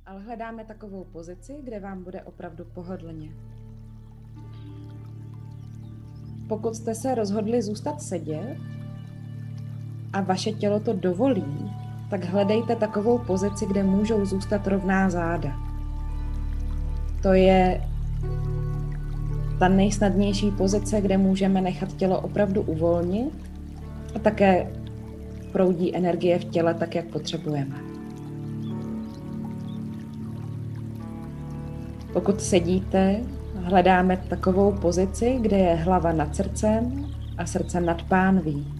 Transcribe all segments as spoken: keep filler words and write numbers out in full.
ale hledáme takovou pozici, kde vám bude opravdu pohodlně. Pokud jste se rozhodli zůstat sedět a vaše tělo to dovolí, tak hledejte takovou pozici, kde můžou zůstat rovná záda. To je ta nejsnadnější pozice, kde můžeme nechat tělo opravdu uvolnit a také proudí energie v těle tak, jak potřebujeme. Pokud sedíte, hledáme takovou pozici, kde je hlava nad srdcem a srdce nad pánví.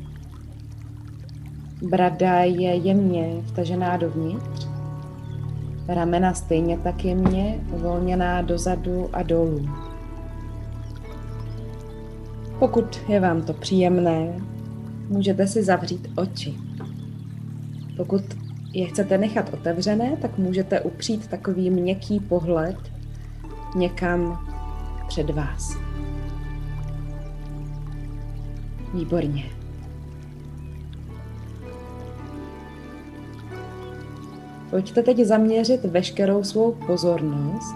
Brada je jemně vtažená dovnitř, ramena stejně tak jemně uvolněná dozadu a dolů. Pokud je vám to příjemné, můžete si zavřít oči. Pokud je chcete nechat otevřené, tak můžete upřít takový měkký pohled někam před vás. Výborně. Pojďte teď zaměřit veškerou svou pozornost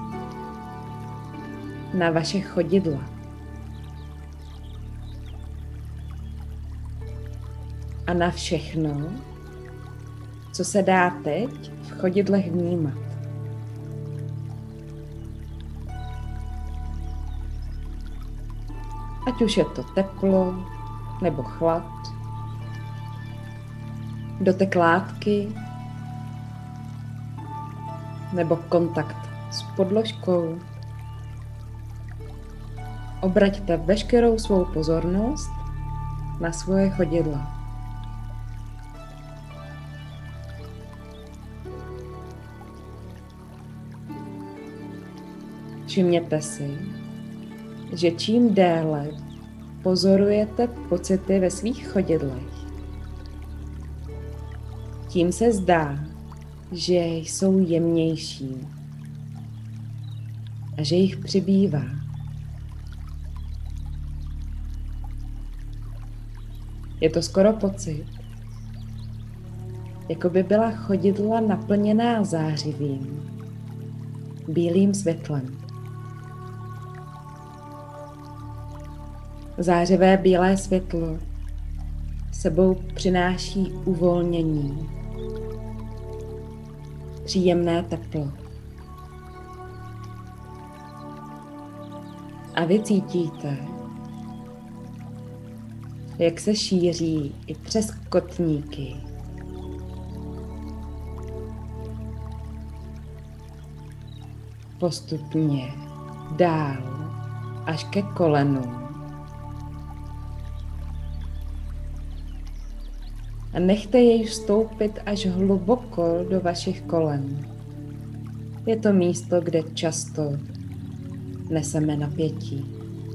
na vaše chodidla. A na všechno, co se dá teď v chodidlech vnímat. Ať už je to teplo nebo chlad, dotek látky nebo kontakt s podložkou. Obraťte veškerou svou pozornost na svoje chodidla. Všimněte si, že čím déle pozorujete pocity ve svých chodidlech, tím se zdá, že jsou jemnější a že jich přibývá. Je to skoro pocit, jako by byla chodidla naplněná zářivým, bílým světlem. Zářivé bílé světlo sebou přináší uvolnění, příjemné teplo. A vy cítíte, jak se šíří i přes kotníky. Postupně dál až ke kolenům. A nechte jej vstoupit až hluboko do vašich kolen. Je to místo, kde často neseme napětí.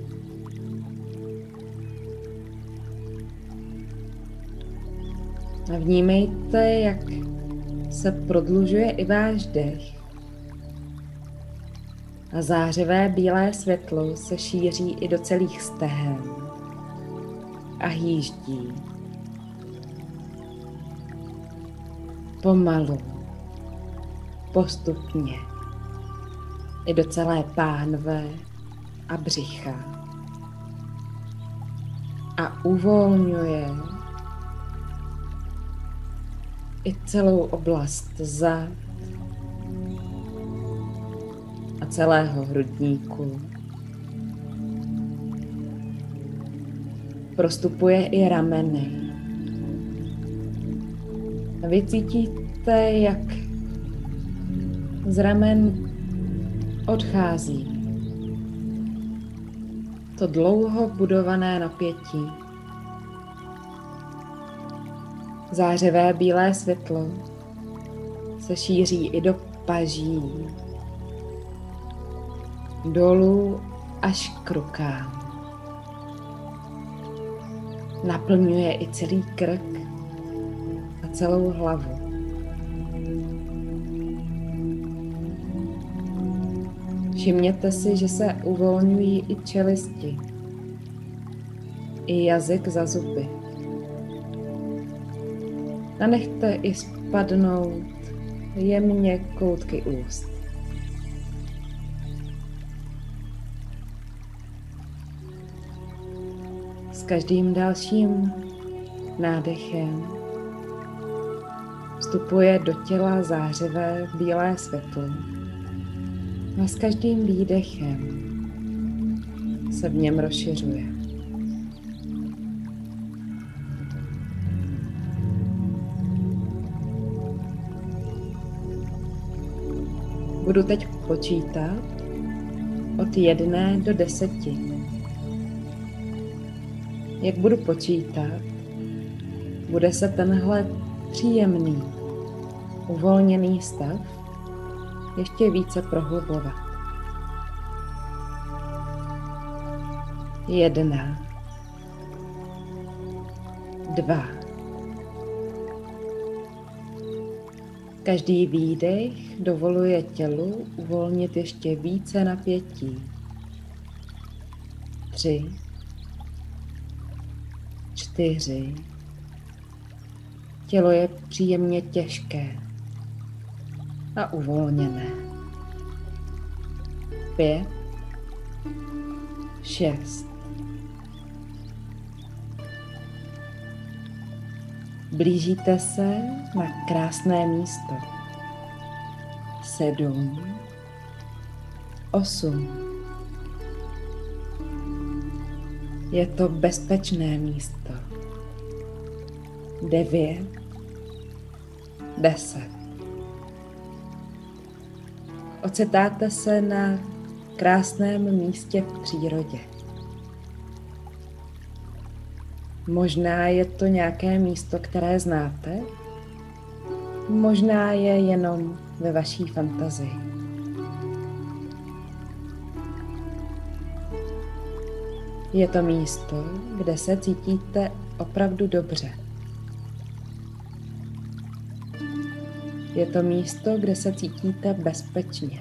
A vnímejte, jak se prodlužuje i váš dech. A zářivé bílé světlo se šíří i do celých stehen a hýždí. Pomalu, postupně, i do celé pánve a břicha. A uvolňuje i celou oblast zad a celého hrudníku. Prostupuje i rameny. A vy cítíte, jak z ramen odchází to dlouho budované napětí. Zářivé bílé světlo se šíří i do paží, dolů až k rukám. Naplňuje i celý krk a celou hlavu. Všimněte si, že se uvolňují i čelisti, i jazyk za zuby. A nechte i spadnout jemně koutky úst. S každým dalším nádechem vstupuje do těla zářivé bílé světlo a s každým výdechem se v něm rozšiřuje. Budu teď počítat od jedné do deseti. Jak budu počítat, bude se tenhle příjemný, uvolněný stav ještě více prohlubovat. Jedna, dva. Každý výdech dovoluje tělu uvolnit ještě více napětí. Tři, čtyři. Tělo je příjemně těžké a uvolněné. Pět, šest. Blížíte se na krásné místo. Sedm, osm. Je to bezpečné místo. Devět, deset. Ocitáte se na krásném místě v přírodě. Možná je to nějaké místo, které znáte, možná je jenom ve vaší fantazii. Je to místo, kde se cítíte opravdu dobře. Je to místo, kde se cítíte bezpečně.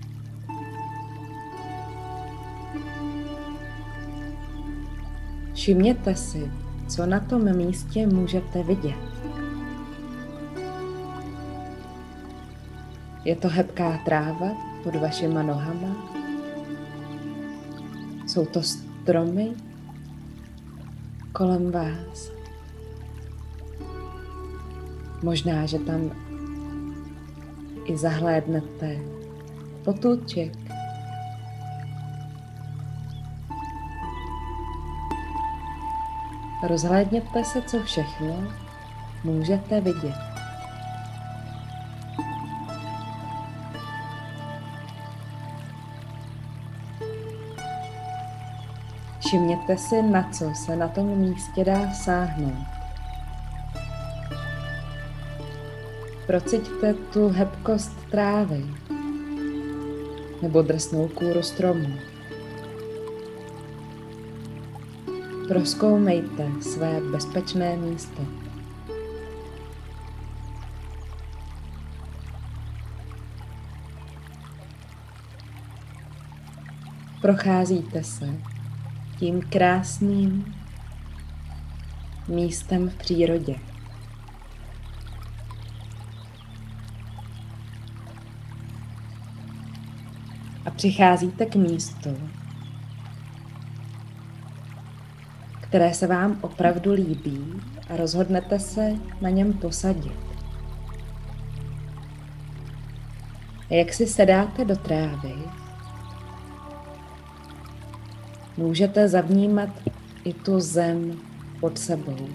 Všimněte si, co na tom místě můžete vidět. Je to hebká tráva pod vašima nohama? Jsou to stromy kolem vás? Možná, že tam i zahlédnete potůček. Rozhlédněte se, co všechno můžete vidět. Všimněte si, na co se na tom místě dá sáhnout. Prociťte tu hebkost trávy nebo drsnou kůru stromu. Prozkoumejte své bezpečné místo. Procházíte se tím krásným místem v přírodě. A přicházíte k místu, které se vám opravdu líbí a rozhodnete se na něm posadit. A jak si sedáte do trávy, můžete zavnímat i tu zem pod sebou.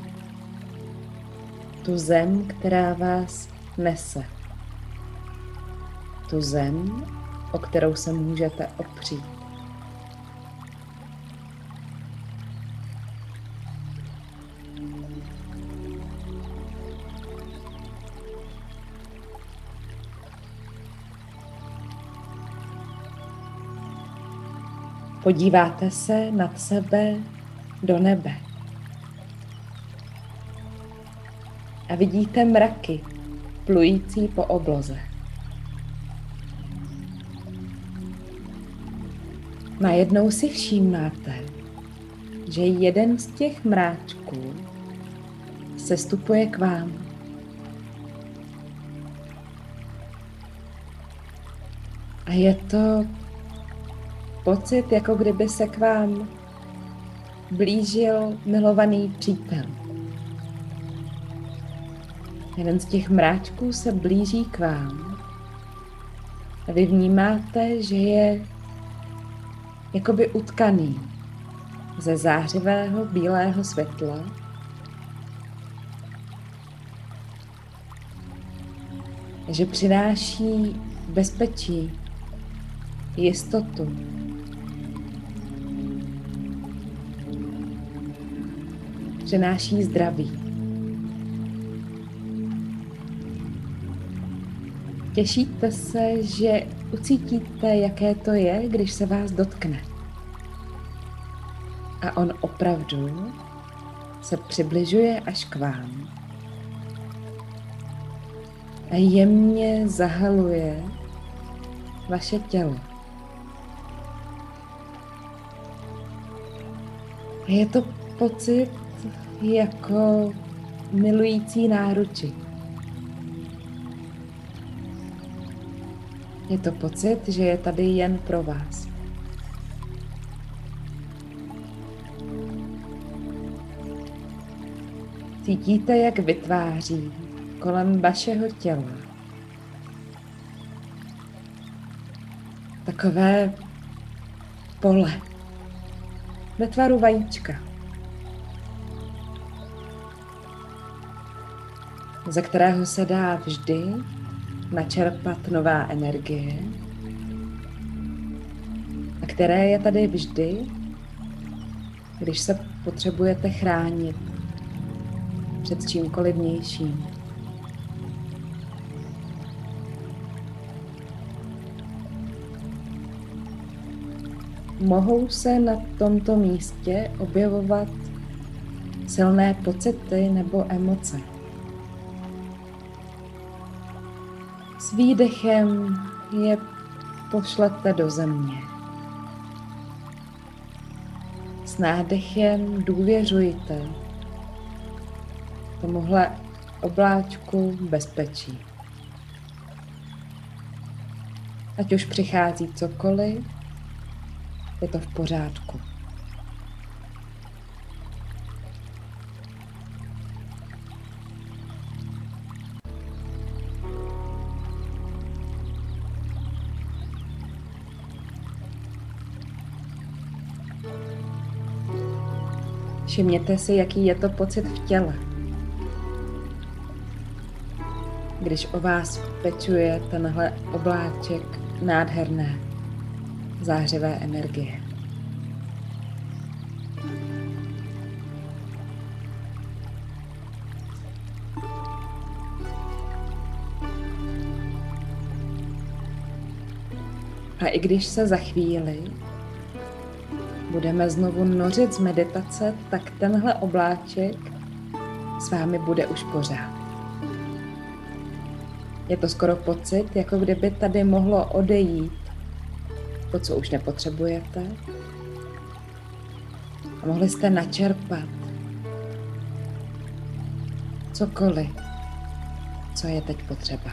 Tu zem, která vás nese. Tu zem, o kterou se můžete opřít. Podíváte se nad sebe do nebe a vidíte mraky plující po obloze. Najednou si všímáte, že jeden z těch mráčků sestupuje k vám. A je to pocit, jako kdyby se k vám blížil milovaný přítel. Jeden z těch mráčků se blíží k vám a vy vnímáte, že je jakoby utkaný ze zářivého bílého světla, že přináší bezpečí, jistotu. Přináší zdraví. Těšíte se, že ucítíte, jaké to je, když se vás dotkne. A on opravdu se přibližuje až k vám. A jemně zahaluje vaše tělo. Je to pocit jako milující náruči. Je to pocit, že je tady jen pro vás. Cítíte, jak vytváří kolem vašeho těla takové pole ve tvaru vajíčka, ze kterého se dá vždy načerpat nová energie a které je tady vždy, když se potřebujete chránit před čímkoliv vnějším. Mohou se na tomto místě objevovat silné pocity nebo emoce. S výdechem je pošlete do země. S nádechem důvěřujte tomuhle obláčku bezpečí. Ať už přichází cokoliv, je to v pořádku. Všimněte si, jaký je to pocit v těle, když o vás pečuje tenhle obláček nádherné, zářivé energie. A i když se za chvíli budeme znovu nořit z meditace, tak tenhle obláček s vámi bude už pořád. Je to skoro pocit, jako kdyby tady mohlo odejít to, co už nepotřebujete, a mohli jste načerpat cokoliv, co je teď potřeba.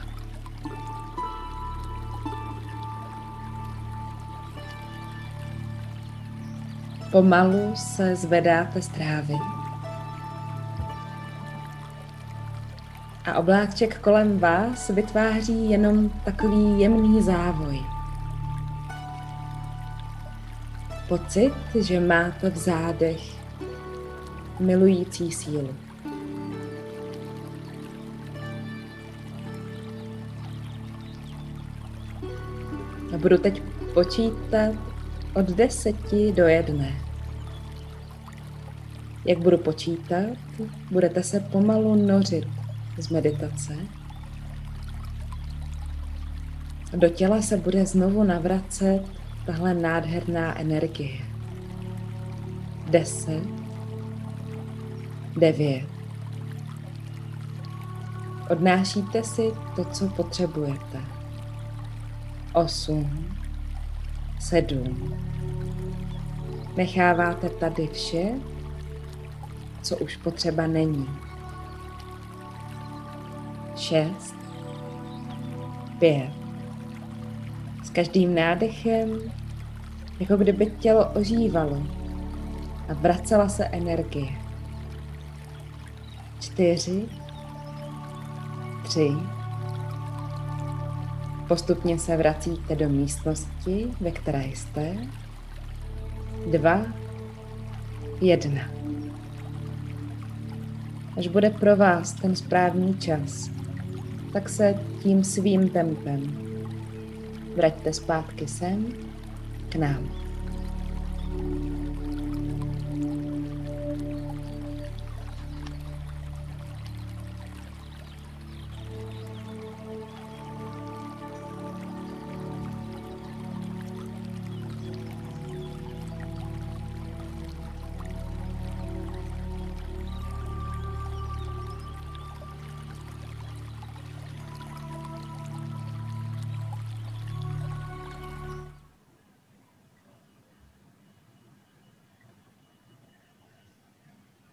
Pomalu se zvedáte z trávy a obláček kolem vás vytváří jenom takový jemný závoj. Pocit, že máte v zádech milující sílu. A budu teď počítat od deseti do jedné. Jak budu počítat, budete se pomalu nořit z meditace. Do těla se bude znovu navracet tahle nádherná energie. Deset, devět. Odnášíte si to, co potřebujete. Osm, sedm. Necháváte tady vše, co už potřeba není. Šest, pět. S každým nádechem, jako kdyby tělo ožívalo a vracela se energie. Čtyři, tři, postupně se vracíte do místnosti, ve které jste. Dva, jedna. Až bude pro vás ten správný čas, tak se tím svým tempem vraťte zpátky sem k nám.